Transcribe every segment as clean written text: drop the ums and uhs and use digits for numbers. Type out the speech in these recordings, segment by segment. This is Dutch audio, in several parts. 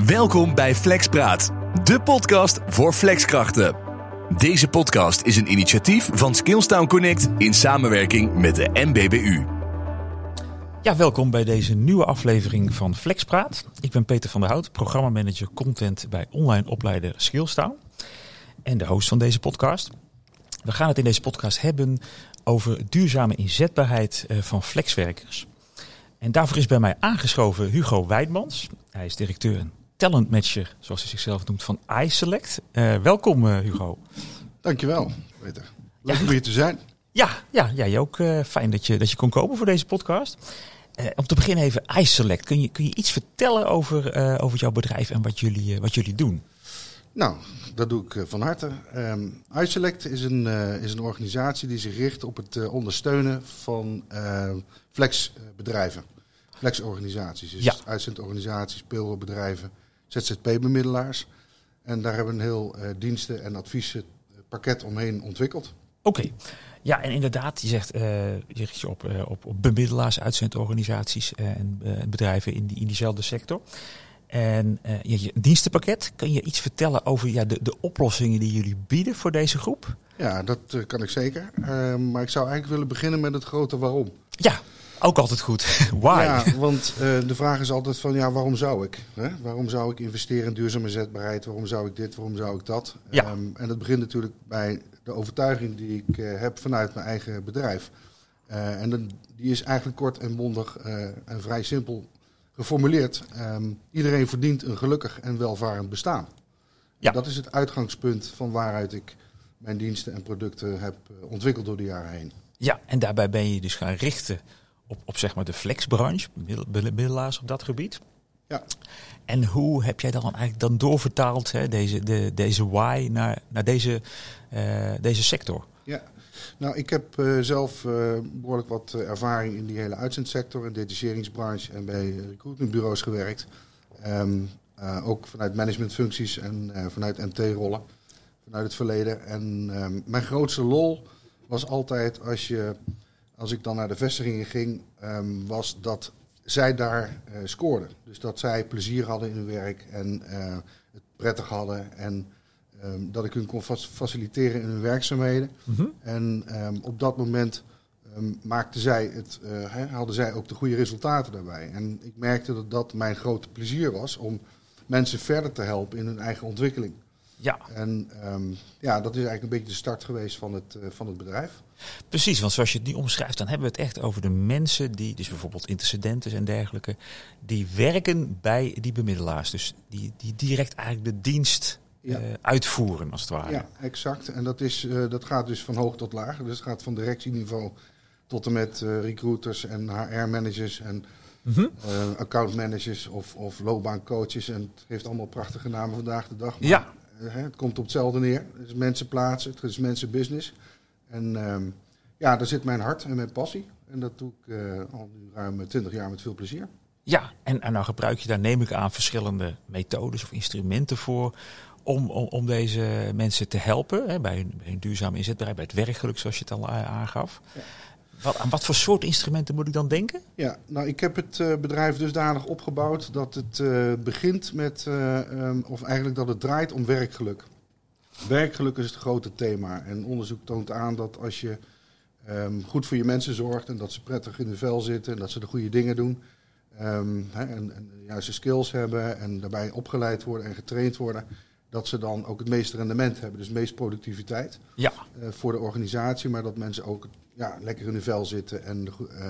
Welkom bij FlexPraat, de podcast voor flexkrachten. Deze podcast is een initiatief van Skillstown Connect in samenwerking met de MBBU. Ja, welkom bij deze nieuwe aflevering van FlexPraat. Ik ben Peter van der Hout, programmamanager content bij online opleider Skillstown en de host van deze podcast. We gaan het in deze podcast hebben over duurzame inzetbaarheid van flexwerkers. En daarvoor is bij mij aangeschoven Hugo Weidmans. Hij is directeur en talentmatcher, zoals hij zichzelf noemt, van iSelect. Welkom Hugo. Dankjewel, Peter. Leuk om hier te zijn. Ja, jij ook. Fijn dat je kon komen voor deze podcast. Om te beginnen even iSelect. Kun je iets vertellen over jouw bedrijf en wat jullie doen? Nou, dat doe ik van harte. iSelect is een organisatie die zich richt op het ondersteunen van flexbedrijven. Flexorganisaties, dus uitzendorganisaties, payrollbedrijven, ZZP-bemiddelaars. En daar hebben we een heel diensten- en adviespakket omheen ontwikkeld. Oké. Ja, en inderdaad, je zegt, je richt je op bemiddelaars, uitzendorganisaties en bedrijven in diezelfde sector. En je dienstenpakket, kan je iets vertellen over de oplossingen die jullie bieden voor deze groep? Ja, dat kan ik zeker. Maar ik zou eigenlijk willen beginnen met het grote waarom. Ja, ook altijd goed. Why? Ja, want de vraag is altijd van waarom zou ik? Hè? Waarom zou ik investeren in duurzame inzetbaarheid? Waarom zou ik dit? Waarom zou ik dat? Ja. En dat begint natuurlijk bij de overtuiging die ik heb vanuit mijn eigen bedrijf. Die is eigenlijk kort en bondig en vrij simpel geformuleerd. Iedereen verdient een gelukkig en welvarend bestaan. Ja. Dat is het uitgangspunt van waaruit ik mijn diensten en producten heb ontwikkeld door de jaren heen. Ja, en daarbij ben je dus gaan richten op zeg maar de flexbranche, bemiddelaars op dat gebied. Ja. En hoe heb jij dan eigenlijk doorvertaald deze why naar deze sector? Ja, nou ik heb zelf behoorlijk wat ervaring in die hele uitzendsector en detacheringsbranche en bij recruitmentbureaus gewerkt. Ook vanuit managementfuncties en vanuit MT-rollen, vanuit het verleden. En mijn grootste lol was altijd als ik dan naar de vestigingen ging, was dat zij daar scoorden. Dus dat zij plezier hadden in hun werk en het prettig hadden en dat ik hun kon faciliteren in hun werkzaamheden. Mm-hmm. En op dat moment hadden zij ook de goede resultaten daarbij. En ik merkte dat dat mijn grote plezier was om mensen verder te helpen in hun eigen ontwikkeling. Ja. En dat is eigenlijk een beetje de start geweest van het bedrijf. Precies, want zoals je het nu omschrijft, dan hebben we het echt over de mensen die, dus bijvoorbeeld intercedentes en dergelijke, die werken bij die bemiddelaars. Dus die direct eigenlijk de dienst uitvoeren, als het ware. Ja, exact. En dat gaat dus van hoog tot laag. Dus het gaat van directieniveau tot en met recruiters en HR-managers en accountmanagers of loopbaancoaches. En het heeft allemaal prachtige namen vandaag de dag. Maar het komt op hetzelfde neer. Het is mensen plaatsen, het is mensen business. En daar zit mijn hart en mijn passie. En dat doe ik al nu ruim 20 jaar met veel plezier. Ja, en nou gebruik je daar, neem ik aan, verschillende methodes of instrumenten voor om deze mensen te helpen bij hun duurzame inzetbaarheid, bij het werkgeluk, zoals je het al aangaf. Ja. Aan wat voor soort instrumenten moet ik dan denken? Ja, nou ik heb het bedrijf dusdanig opgebouwd dat het begint met, of eigenlijk dat het draait om werkgeluk. Werkgeluk is het grote thema en onderzoek toont aan dat als je goed voor je mensen zorgt en dat ze prettig in hun vel zitten en dat ze de goede dingen doen en de juiste skills hebben en daarbij opgeleid worden en getraind worden, dat ze dan ook het meeste rendement hebben, dus het meeste productiviteit voor de organisatie, maar dat mensen ook lekker in hun vel zitten en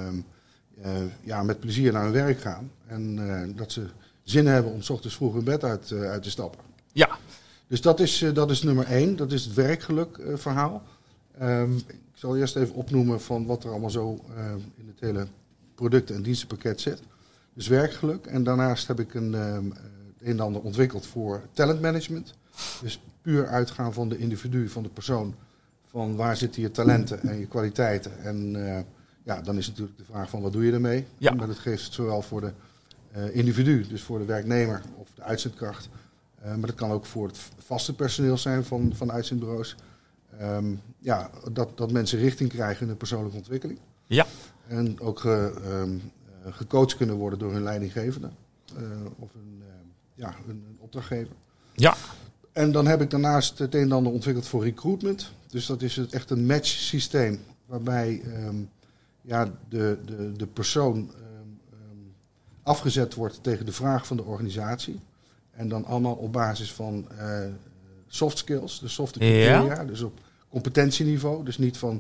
met plezier naar hun werk gaan en dat ze zin hebben om 's ochtends vroeg hun bed uit te stappen. Ja. Dus dat is nummer 1, dat is het werkgeluk verhaal. Ik zal eerst even opnoemen van wat er allemaal zo in het hele producten- en dienstenpakket zit. Dus werkgeluk. En daarnaast heb ik het een en ander ontwikkeld voor talentmanagement. Dus puur uitgaan van de individu, van de persoon. Van waar zitten je talenten en je kwaliteiten. En dan is natuurlijk de vraag van wat doe je ermee. Ja. Maar dat geeft zowel voor de individu, dus voor de werknemer of de uitzendkracht. Maar dat kan ook voor het vaste personeel zijn van uitzendbureaus. Dat mensen richting krijgen in hun persoonlijke ontwikkeling. Ja. En ook gecoacht kunnen worden door hun leidinggevende. Of een een opdrachtgever. Ja. En dan heb ik daarnaast het een en ander ontwikkeld voor recruitment. Dus dat is echt een match systeem waarbij de persoon afgezet wordt tegen de vraag van de organisatie. En dan allemaal op basis van soft skills, de softe criteria. Dus op competentieniveau. Dus niet van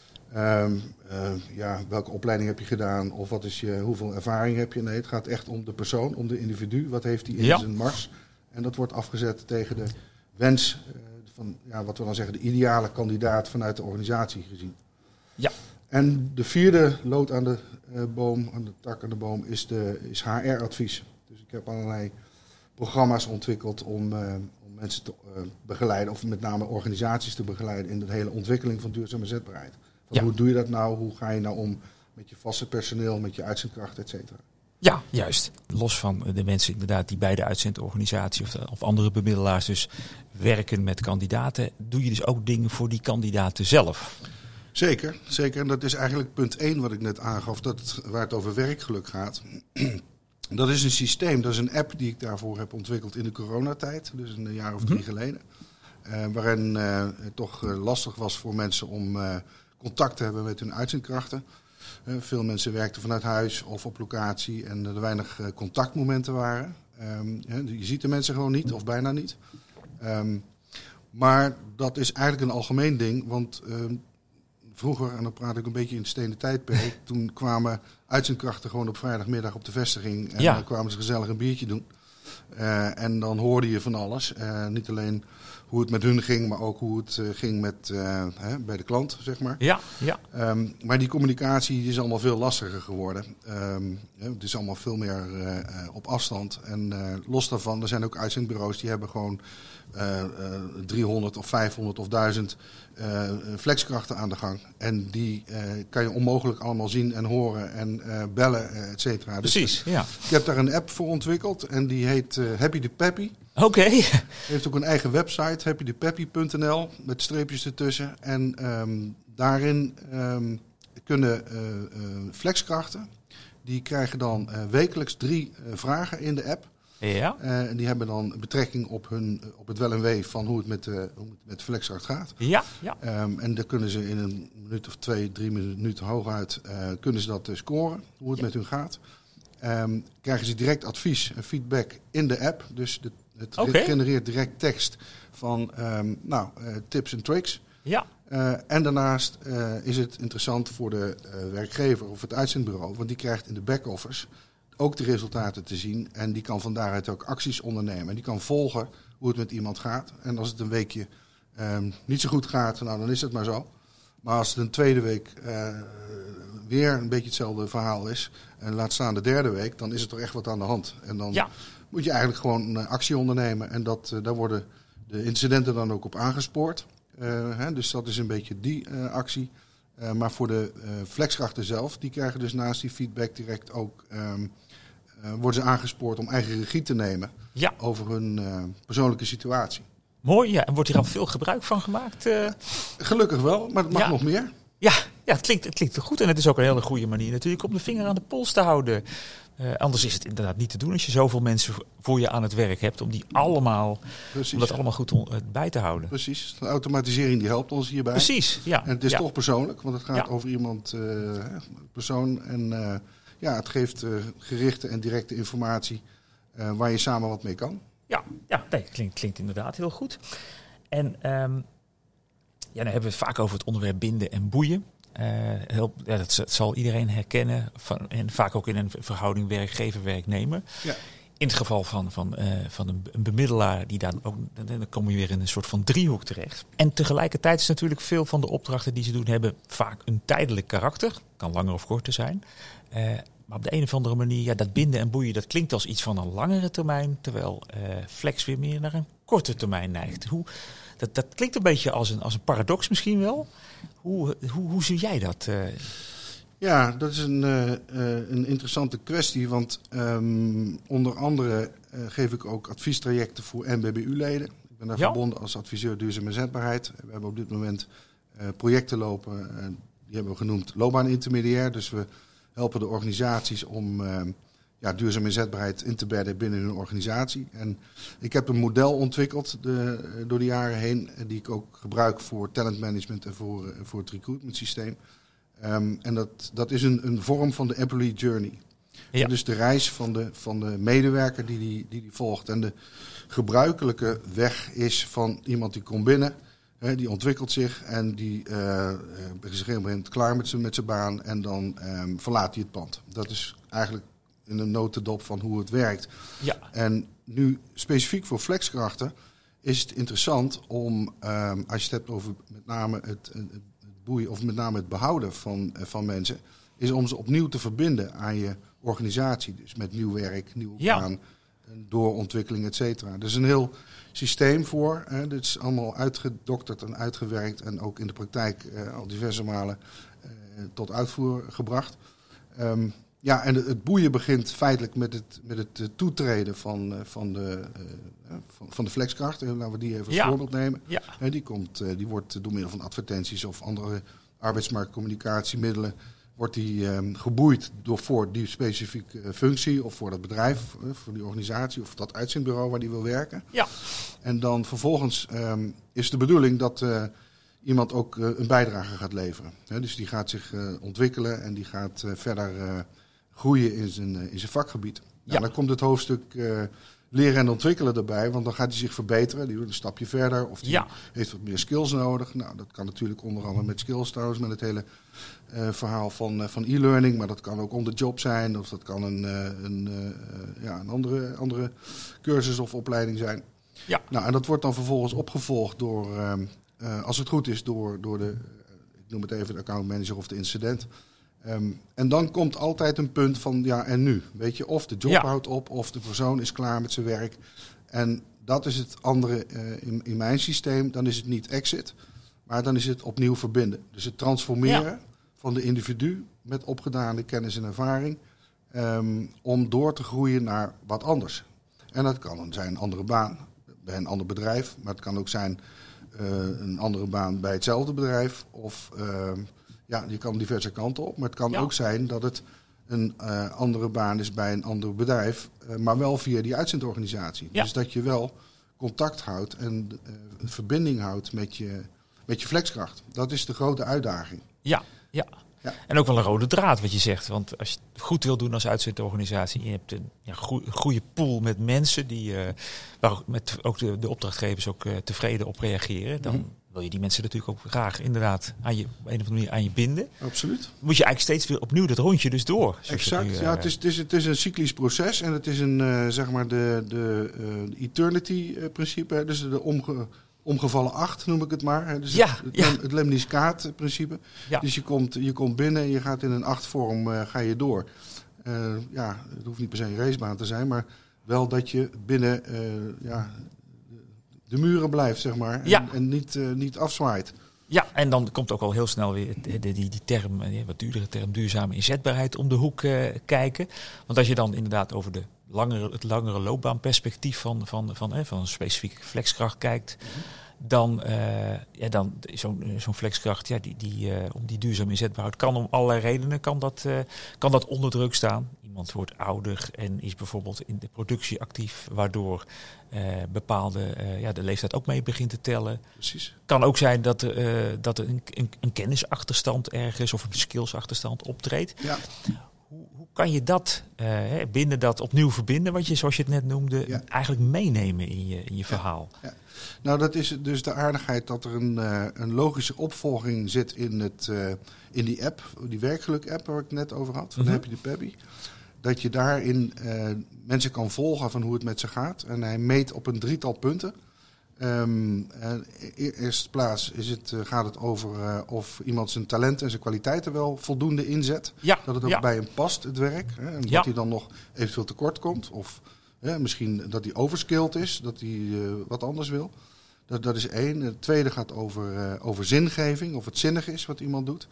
welke opleiding heb je gedaan of hoeveel ervaring heb je. Nee, het gaat echt om de persoon, om de individu. Wat heeft hij in zijn mars? En dat wordt afgezet tegen de wens van, wat we dan zeggen, de ideale kandidaat vanuit de organisatie gezien. Ja. En de vierde lood aan de boom, aan de tak aan de boom, is HR-advies. Dus ik heb allerlei programma's ontwikkeld om mensen te begeleiden, of met name organisaties te begeleiden in de hele ontwikkeling van duurzame zetbaarheid. Hoe doe je dat nou? Hoe ga je nou om met je vaste personeel, met je uitzendkrachten, et cetera? Ja, juist. Los van de mensen inderdaad die bij de uitzendorganisatie of andere bemiddelaars dus werken met kandidaten, doe je dus ook dingen voor die kandidaten zelf? Zeker. En dat is eigenlijk punt 1 wat ik net aangaf, waar het over werkgeluk gaat. Dat is een systeem, dat is een app die ik daarvoor heb ontwikkeld in de coronatijd, dus een jaar of 3 geleden. Waarin het toch lastig was voor mensen om contact te hebben met hun uitzendkrachten. Veel mensen werkten vanuit huis of op locatie en er weinig contactmomenten waren. Je ziet de mensen gewoon niet of bijna niet. Maar dat is eigenlijk een algemeen ding, want vroeger, en dan praat ik een beetje in het stenen tijdperk, toen kwamen uitzendkrachten gewoon op vrijdagmiddag op de vestiging en dan kwamen ze gezellig een biertje doen. En dan hoorde je van alles. Niet alleen hoe het met hun ging, maar ook hoe het ging bij de klant, zeg maar. Ja. Maar die communicatie is allemaal veel lastiger geworden. Het is allemaal veel meer op afstand. En los daarvan, er zijn ook uitzendbureaus die hebben gewoon 300 of 500 of 1000 flexkrachten aan de gang. En die kan je onmogelijk allemaal zien en horen en bellen, et cetera. Precies, dus, ik heb daar een app voor ontwikkeld en die heet Happy the Peppy. Oké. Heeft ook een eigen website, happythepeppy.nl, met streepjes ertussen. En daarin kunnen flexkrachten, die krijgen dan wekelijks 3 vragen in de app. Ja. En die hebben dan betrekking op het wel en wee van hoe het met de flexkracht gaat. Ja. En dan kunnen ze in een minuut of 2, 3 minuten hooguit kunnen ze dat scoren, hoe het met hun gaat. Krijgen ze direct advies en feedback in de app. Dus het genereert direct tekst van tips en tricks. Ja. En daarnaast is het interessant voor de werkgever of het uitzendbureau, want die krijgt in de back-office ook de resultaten te zien. En die kan van daaruit ook acties ondernemen. En die kan volgen hoe het met iemand gaat. En als het een weekje niet zo goed gaat, dan is het maar zo. Maar als het een tweede week weer een beetje hetzelfde verhaal is, en laat staan de derde week, dan is er toch echt wat aan de hand. En dan moet je eigenlijk gewoon actie ondernemen. En daar worden de incidenten dan ook op aangespoord. Dus dat is een beetje die actie. Maar voor de flexkrachten zelf, die krijgen dus naast die feedback direct ook, worden ze aangespoord om eigen regie te nemen over hun persoonlijke situatie. Mooi, ja. En wordt hier al veel gebruik van gemaakt? Gelukkig wel, maar het mag nog meer. Ja, het klinkt goed en het is ook een hele goede manier natuurlijk om de vinger aan de pols te houden. Anders is het inderdaad niet te doen als je zoveel mensen voor je aan het werk hebt om dat allemaal goed bij te houden. Precies, de automatisering die helpt ons hierbij. Precies, ja. En het is toch persoonlijk, want het gaat over iemand, persoon. En het geeft gerichte en directe informatie waar je samen wat mee kan. Klinkt inderdaad heel goed. En dan hebben we het vaak over het onderwerp binden en boeien. Dat zal iedereen herkennen. En vaak ook in een verhouding werkgever-werknemer. Ja. In het geval van een bemiddelaar, dan kom je weer in een soort van driehoek terecht. En tegelijkertijd is natuurlijk veel van de opdrachten die ze doen, hebben vaak een tijdelijk karakter. Kan langer of korter zijn. Maar op de een of andere manier, dat binden en boeien, dat klinkt als iets van een langere termijn. Terwijl flex weer meer naar een korte termijn neigt. Dat klinkt een beetje als een paradox misschien wel. Hoe zie jij dat? Ja, dat is een interessante kwestie. Want onder andere geef ik ook adviestrajecten voor NBBU-leden. Ik ben daar verbonden als adviseur duurzame zetbaarheid. We hebben op dit moment projecten lopen. Die hebben we genoemd loopbaanintermediair. Dus we helpen de organisaties om duurzame inzetbaarheid in te bedden binnen hun organisatie. En ik heb een model ontwikkeld door de jaren heen, die ik ook gebruik voor talentmanagement en voor het recruitment systeem. En dat is een vorm van de employee journey. Ja. Dus de reis van de medewerker die volgt. En de gebruikelijke weg is van iemand die komt binnen, die ontwikkelt zich en die is op een gegeven moment klaar met zijn baan en dan verlaat hij het pand. Dat is eigenlijk in een notendop van hoe het werkt. Ja. En nu specifiek voor flexkrachten is het interessant om, als je het hebt over met name het boeien of met name het behouden van mensen, is om ze opnieuw te verbinden aan je organisatie. Dus met nieuw werk, nieuwe baan, doorontwikkeling, et cetera. Er is een heel systeem voor. Dit is allemaal uitgedokterd en uitgewerkt en ook in de praktijk al diverse malen tot uitvoer gebracht. En het boeien begint feitelijk met het toetreden van de flexkracht. Laten we die even als voorbeeld nemen. Ja. Die wordt door middel van advertenties of andere arbeidsmarktcommunicatiemiddelen wordt die geboeid voor die specifieke functie of voor dat bedrijf, voor die organisatie of dat uitzendbureau waar die wil werken. Ja. En dan vervolgens is de bedoeling dat iemand ook een bijdrage gaat leveren. Dus die gaat zich ontwikkelen en die gaat verder groeien in zijn vakgebied. Dan komt het hoofdstuk leren en ontwikkelen erbij, want dan gaat hij zich verbeteren. Die doet een stapje verder of die heeft wat meer skills nodig. Nou, dat kan natuurlijk onder andere met skills trouwens, met het hele verhaal van e-learning, maar dat kan ook on the job zijn of dat kan een andere cursus of opleiding zijn. Ja. Nou, en dat wordt dan vervolgens opgevolgd door, als het goed is, door de, ik noem het even de accountmanager of de incident. En dan komt altijd een punt van en nu. Weet je, of de job houdt op of de persoon is klaar met zijn werk. En dat is het andere in mijn systeem. Dan is het niet exit, maar dan is het opnieuw verbinden. Dus het transformeren van de individu met opgedane kennis en ervaring. Om door te groeien naar wat anders. En dat kan zijn een andere baan bij een ander bedrijf. Maar het kan ook zijn een andere baan bij hetzelfde bedrijf. Of je kan diverse kanten op. Maar het kan ook zijn dat het een andere baan is bij een ander bedrijf. Maar wel via die uitzendorganisatie. Ja. Dus dat je wel contact houdt en verbinding houdt met je flexkracht. Dat is de grote uitdaging. Ja. En ook wel een rode draad wat je zegt. Want als je het goed wil doen als uitzendorganisatie, je hebt een goede pool met mensen waar met ook de opdrachtgevers ook tevreden op reageren. Dan wil je die mensen natuurlijk ook graag inderdaad op een of andere manier aan je binden. Absoluut. Moet je eigenlijk steeds weer opnieuw dat rondje dus door. Exact. Het is een cyclisch proces en het is een zeg maar de eternity-principe. Dus de omgevallen 8 noem ik het maar. Dus het lemniscaat-principe. Ja. Dus je komt binnen en je gaat in een 8-vorm ga je door. Het hoeft niet per se een racebaan te zijn, maar wel dat je binnen de muren blijft, zeg maar. En niet afzwaait. Ja, en dan komt ook al heel snel weer die term, wat duurdere term, duurzame inzetbaarheid om de hoek kijken. Want als je dan inderdaad over het langere loopbaanperspectief van een specifieke flexkracht kijkt, dan zo'n flexkracht, om die duurzaam inzetbaarheid kan om allerlei redenen kan dat onder druk staan. Iemand wordt ouder en is bijvoorbeeld in de productie actief, waardoor de leeftijd ook mee begint te tellen. Precies. Kan ook zijn dat er een kennisachterstand ergens of een skillsachterstand optreedt. Ja. Hoe kan je dat binnen dat opnieuw verbinden, wat je, zoals je het net noemde, eigenlijk meenemen in je verhaal? Ja. Nou, dat is dus de aardigheid dat er een logische opvolging zit in die app, die werkgeluk-app waar ik het net over had, van Happy the Peppy. Dat je daarin mensen kan volgen van hoe het met ze gaat. En hij meet op een 3-tal punten. In eerste plaats gaat het over of iemand zijn talenten en zijn kwaliteiten wel voldoende inzet. Ja, dat het ook bij hem past, het werk. En dat hij dan nog eventueel tekort komt. Of misschien dat hij overskilled is, dat hij wat anders wil. Dat is 1. Het tweede gaat over zingeving, of het zinnig is wat iemand doet.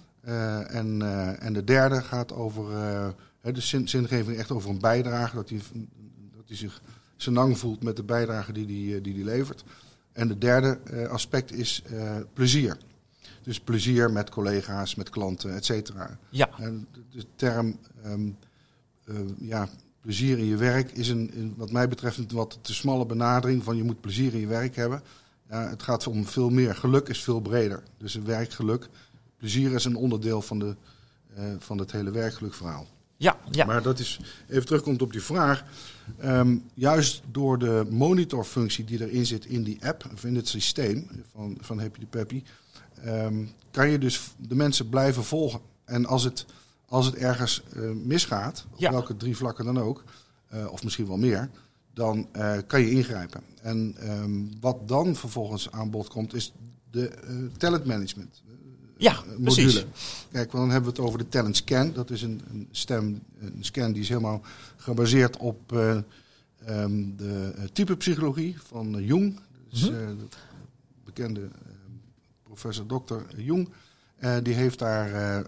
En de derde gaat over de zingeving echt over een bijdrage. Dat hij zich senang voelt met de bijdrage die hij levert. En de derde aspect is plezier. Dus plezier met collega's, met klanten, et cetera. Ja. En de term plezier in je werk is wat mij betreft een wat te smalle benadering van je moet plezier in je werk hebben. Het gaat om veel meer. Geluk is veel breder. Dus een werkgeluk. Plezier is een onderdeel van het hele werkgelukverhaal. Ja. Maar dat is, even terugkomt op die vraag. Juist door de monitorfunctie die erin zit in die app, of in het systeem van Happy the Peppy, kan je dus de mensen blijven volgen. En als het ergens misgaat, op welke 3 vlakken dan ook, of misschien wel meer, dan kan je ingrijpen. En wat dan vervolgens aan bod komt, is de talent management. Module. Precies. Kijk, dan hebben we het over de talent scan. Dat is een scan die is helemaal gebaseerd op de typepsychologie van Jung. Dus, de bekende professor Dr. Jung. Die heeft daar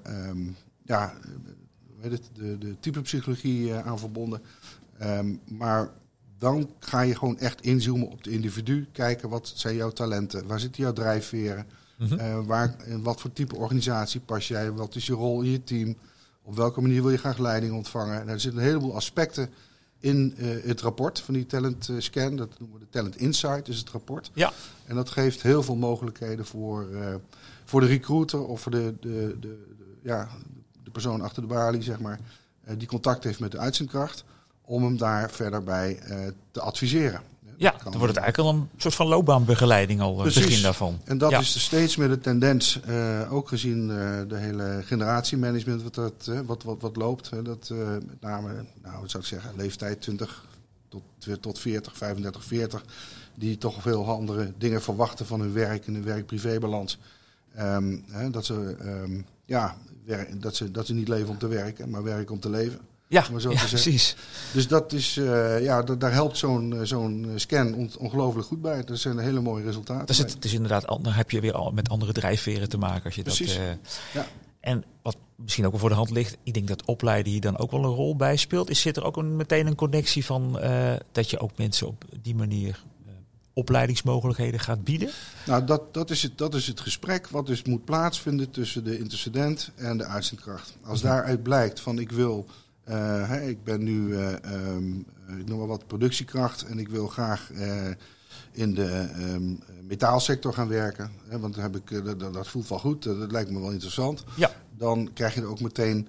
de typepsychologie aan verbonden. Maar dan ga je gewoon echt inzoomen op de individu. Kijken, wat zijn jouw talenten? Waar zitten jouw drijfveren? Wat voor type organisatie pas jij? Wat is je rol in je team? Op welke manier wil je graag leiding ontvangen? En er zitten een heleboel aspecten in het rapport van die talent scan. Dat noemen we de Talent Insight, is het rapport. Ja. En dat geeft heel veel mogelijkheden voor de recruiter of voor de persoon achter de balie, zeg maar, die contact heeft met de uitzendkracht, om hem daar verder bij te adviseren. Ja, dan wordt het eigenlijk al een soort van loopbaanbegeleiding al het begin daarvan. En dat is dus steeds meer de tendens, ook gezien de hele generatiemanagement wat loopt. Dat met name, wat zou ik zeggen, leeftijd 20 tot 40, 35, 40, die toch veel andere dingen verwachten van hun werk en hun werk-privébalans. Dat ze niet leven om te werken, maar werken om te leven. Ja, precies. Dus dat is, daar helpt zo'n scan ongelooflijk goed bij. Dat zijn hele mooie resultaten. Dus het is inderdaad, dan heb je weer al met andere drijfveren te maken. Als je precies. En wat misschien ook wel voor de hand ligt, ik denk dat opleiden hier dan ook wel een rol bij speelt. Zit er ook meteen een connectie van dat je ook mensen op die manier opleidingsmogelijkheden gaat bieden? Nou, dat is het gesprek wat dus moet plaatsvinden tussen de intercedent en de uitzendkracht. Als daaruit blijkt van ik ben nu, ik noem maar wat, productiekracht en ik wil graag in de metaalsector gaan werken. Want dan heb ik, dat voelt wel goed, dat lijkt me wel interessant. Ja. Dan krijg je er ook meteen,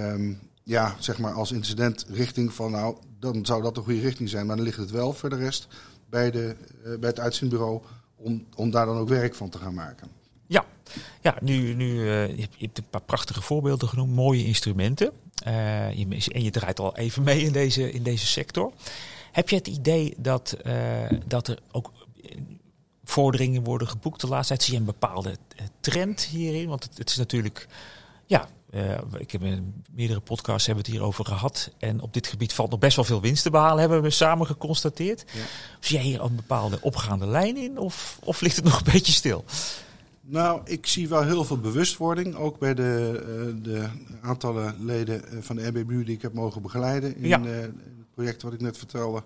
zeg maar als incident richting van dan zou dat een goede richting zijn. Maar dan ligt het wel voor de rest bij het uitzendbureau om daar dan ook werk van te gaan maken. Ja, nu je hebt een paar prachtige voorbeelden genoemd, mooie instrumenten. En je draait al even mee in deze sector. Heb je het idee dat er ook vorderingen worden geboekt de laatste tijd? Zie je een bepaalde trend hierin? Want het is natuurlijk, ik heb in meerdere podcasts hebben we het hierover gehad. En op dit gebied valt nog best wel veel winst te behalen, hebben we samen geconstateerd. Ja. Zie jij hier een bepaalde opgaande lijn in? Of ligt het nog een beetje stil? Nou, ik zie wel heel veel bewustwording. Ook bij de aantallen leden van de RBBU die ik heb mogen begeleiden in het project wat ik net vertelde.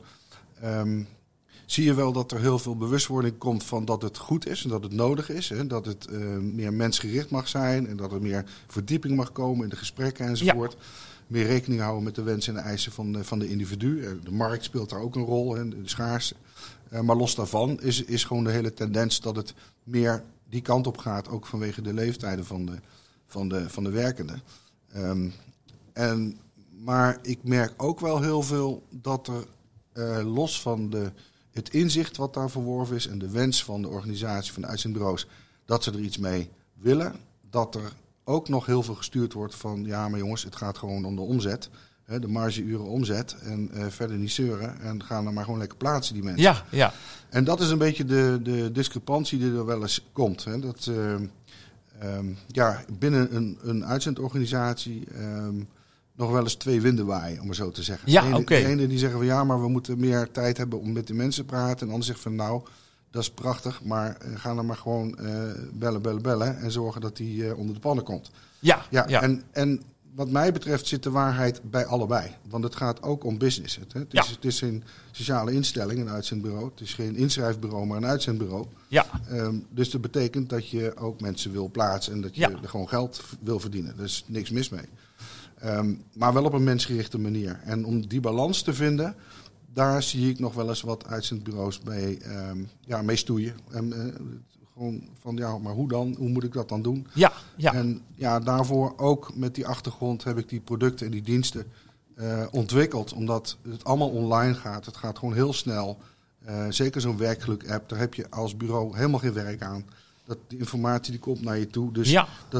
Zie je wel dat er heel veel bewustwording komt van dat het goed is en dat het nodig is. Hè, dat het meer mensgericht mag zijn en dat er meer verdieping mag komen in de gesprekken enzovoort. Ja. Meer rekening houden met de wensen en de eisen van de individu. De markt speelt daar ook een rol, hè, de schaarste. Maar los daarvan is gewoon de hele tendens dat het meer die kant op gaat, ook vanwege de leeftijden van de werkenden. Maar ik merk ook wel heel veel dat er los van het inzicht wat daar verworven is en de wens van de organisatie, van de uitzendbureaus, dat ze er iets mee willen, dat er ook nog heel veel gestuurd wordt van ja, maar jongens, het gaat gewoon om de omzet. De margeuren omzet en verder niet zeuren en gaan er maar gewoon lekker plaatsen die mensen. Ja. En dat is een beetje de discrepantie die er wel eens komt. Hè. Dat binnen een uitzendorganisatie nog wel eens 2 winden waaien, om maar zo te zeggen. Ja, de ene die zeggen van ja, maar we moeten meer tijd hebben om met de mensen te praten. En de ander zegt van nou, dat is prachtig, maar ga dan maar gewoon bellen en zorgen dat die onder de pannen komt. Ja. En wat mij betreft zit de waarheid bij allebei. Want het gaat ook om business. Het is een sociale instelling, een uitzendbureau. Het is geen inschrijfbureau, maar een uitzendbureau. Ja. Dus dat betekent dat je ook mensen wil plaatsen en dat je er gewoon geld wil verdienen. Er is niks mis mee. Maar wel op een mensgerichte manier. En om die balans te vinden, daar zie ik nog wel eens wat uitzendbureaus mee stoeien. Gewoon van, maar hoe dan? Hoe moet ik dat dan doen? Ja. En daarvoor ook met die achtergrond heb ik die producten en die diensten ontwikkeld. Omdat het allemaal online gaat. Het gaat gewoon heel snel. Zeker zo'n werkgeluk-app, daar heb je als bureau helemaal geen werk aan. Die informatie die komt naar je toe. Dus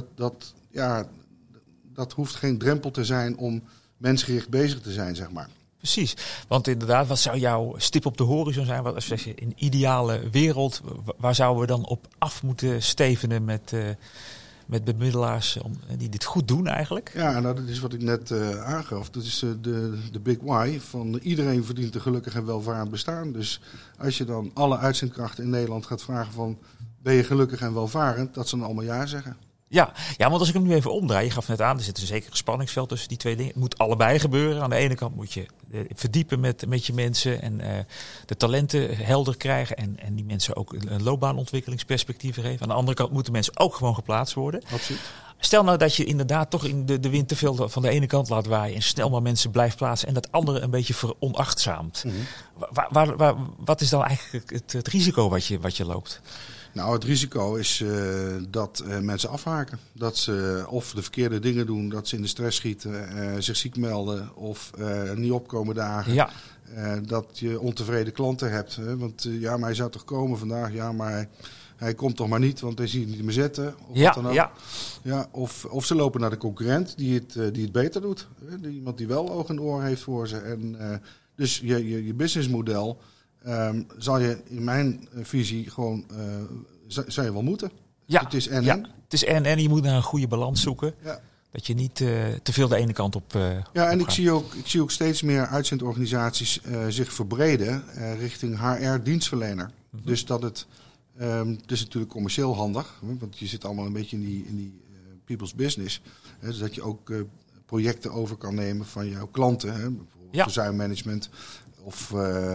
dat hoeft geen drempel te zijn om mensgericht bezig te zijn, zeg maar. Precies, want inderdaad, wat zou jouw stip op de horizon zijn? Wat als je in een ideale wereld, waar zouden we dan op af moeten stevenen met bemiddelaars die dit goed doen eigenlijk? Ja, en dat is wat ik net aangaf. Dat is de big why van iedereen verdient een gelukkig en welvarend bestaan. Dus als je dan alle uitzendkrachten in Nederland gaat vragen van, ben je gelukkig en welvarend? Dat ze dan allemaal ja zeggen. Ja, want als ik hem nu even omdraai, je gaf net aan, er zit een zeker spanningsveld tussen die twee dingen. Het moet allebei gebeuren. Aan de ene kant moet je verdiepen met je mensen en de talenten helder krijgen en die mensen ook een loopbaanontwikkelingsperspectief geven. Aan de andere kant moeten mensen ook gewoon geplaatst worden. Absoluut. Stel nou dat je inderdaad toch in de wind te veel van de ene kant laat waaien en snel maar mensen blijft plaatsen en dat andere een beetje veronachtzaamt. Mm-hmm. Wat is dan eigenlijk het risico wat je loopt? Nou, het risico is dat mensen afhaken. Dat ze of de verkeerde dingen doen, dat ze in de stress schieten, zich ziek melden of niet opkomen dagen. Ja. Dat je ontevreden klanten hebt. Hè? Want maar hij zou toch komen vandaag? Ja, maar hij komt toch maar niet, want hij ziet het niet meer zitten. Of wat dan ook. Ja, of ze lopen naar de concurrent die het beter doet. Iemand die wel oog en oor heeft voor ze. En dus je businessmodel zal je in mijn visie gewoon zou je wel moeten. Ja, het is en. Het is en je moet naar een goede balans zoeken. Ja. Dat je niet te veel de ene kant op en ik zie ook steeds meer uitzendorganisaties zich verbreden richting HR-dienstverlener. Mm-hmm. Dus dat het is natuurlijk commercieel handig, want je zit allemaal een beetje in die people's business. Dus dat je ook projecten over kan nemen van jouw klanten, bijvoorbeeld verzuimmanagement. Of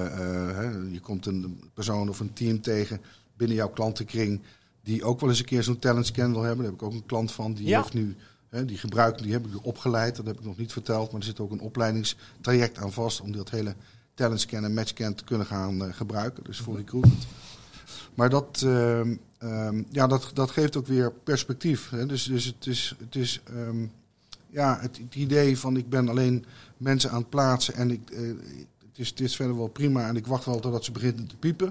je komt een persoon of een team tegen binnen jouw klantenkring die ook wel eens een keer zo'n talent scan wil hebben. Daar heb ik ook een klant van, die heeft nu, die heb ik opgeleid. Dat heb ik nog niet verteld, maar er zit ook een opleidingstraject aan vast om dat hele talent scan en match scan te kunnen gaan gebruiken. Dus voor recruitment. Maar dat geeft ook weer perspectief. Hè. Dus het is het idee van ik ben alleen mensen aan het plaatsen en het is verder wel prima en ik wacht wel totdat ze beginnen te piepen.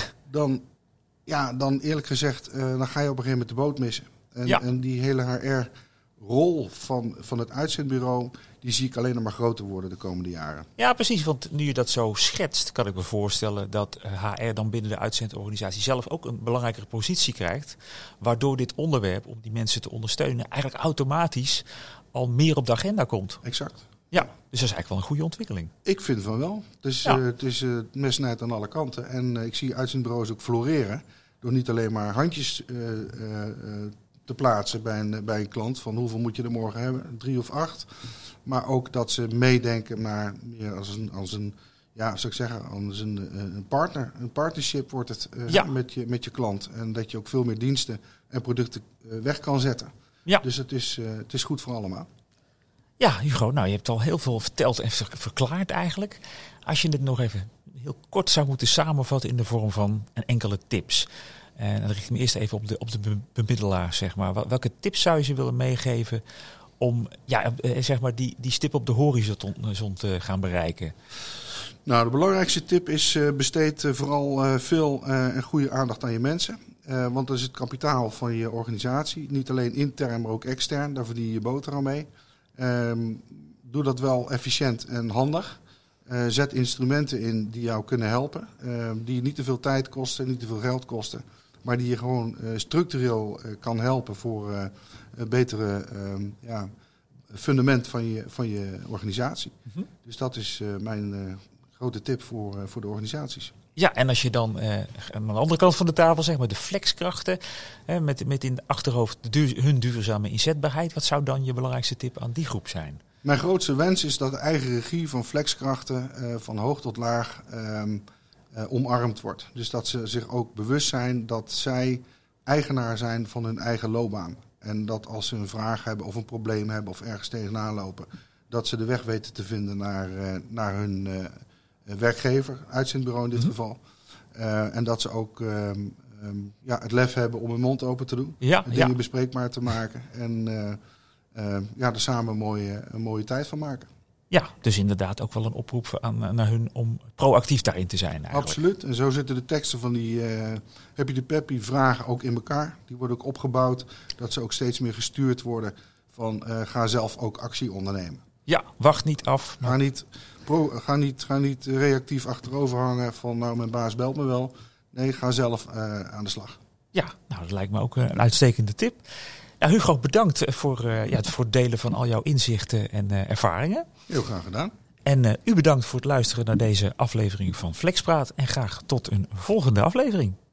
Dan eerlijk gezegd, dan ga je op een gegeven moment de boot missen. En die hele HR-rol van het uitzendbureau, die zie ik alleen nog maar groter worden de komende jaren. Ja, precies. Want nu je dat zo schetst, kan ik me voorstellen dat HR dan binnen de uitzendorganisatie zelf ook een belangrijkere positie krijgt. Waardoor dit onderwerp, om die mensen te ondersteunen, eigenlijk automatisch al meer op de agenda komt. Exact. Ja, dus dat is eigenlijk wel een goede ontwikkeling. Ik vind van wel. Dus het is het mes snijdt aan alle kanten. En ik zie uitzendbureaus ook floreren door niet alleen maar handjes te plaatsen bij een klant van hoeveel moet je er morgen hebben, 3 of 8. Maar ook dat ze meedenken naar meer als een partner. Een partnership wordt het met je klant. En dat je ook veel meer diensten en producten weg kan zetten. Ja. Dus het is goed voor allemaal. Ja, Hugo, je hebt al heel veel verteld en verklaard eigenlijk. Als je het nog even heel kort zou moeten samenvatten in de vorm van een enkele tips. En dan richt ik me eerst even op de bemiddelaar, zeg maar. Welke tips zou je ze willen meegeven om zeg maar die stip op de horizon te gaan bereiken? Nou, de belangrijkste tip is besteed vooral veel en goede aandacht aan je mensen. Want dat is het kapitaal van je organisatie. Niet alleen intern, maar ook extern. Daar verdien je je boterham mee. Doe dat wel efficiënt en handig. Zet instrumenten in die jou kunnen helpen. Die niet te veel tijd kosten, niet te veel geld kosten. Maar die je gewoon structureel kan helpen voor een betere fundament van je organisatie. Mm-hmm. Dus dat is mijn grote tip voor de organisaties. Ja, en als je dan aan de andere kant van de tafel, zeg maar de flexkrachten, met in de achterhoofd hun duurzame inzetbaarheid, wat zou dan je belangrijkste tip aan die groep zijn? Mijn grootste wens is dat de eigen regie van flexkrachten van hoog tot laag omarmd wordt. Dus dat ze zich ook bewust zijn dat zij eigenaar zijn van hun eigen loopbaan. En dat als ze een vraag hebben of een probleem hebben of ergens tegenaan lopen, dat ze de weg weten te vinden naar hun werkgever, uitzendbureau in dit geval. En dat ze ook het lef hebben om hun mond open te doen. Dingen bespreekbaar te maken. En er samen een mooie tijd van maken. Ja, dus inderdaad ook wel een oproep naar hun om proactief daarin te zijn eigenlijk. Absoluut. En zo zitten de teksten van die Happy de Peppy vragen ook in elkaar. Die worden ook opgebouwd. Dat ze ook steeds meer gestuurd worden van ga zelf ook actie ondernemen. Ja, wacht niet af. Maar... Ga niet reactief achterover hangen van nou mijn baas belt me wel. Nee, ga zelf aan de slag. Ja, nou dat lijkt me ook een uitstekende tip. Ja, Hugo, bedankt voor het delen van al jouw inzichten en ervaringen. Heel graag gedaan. En u bedankt voor het luisteren naar deze aflevering van Flexpraat. En graag tot een volgende aflevering.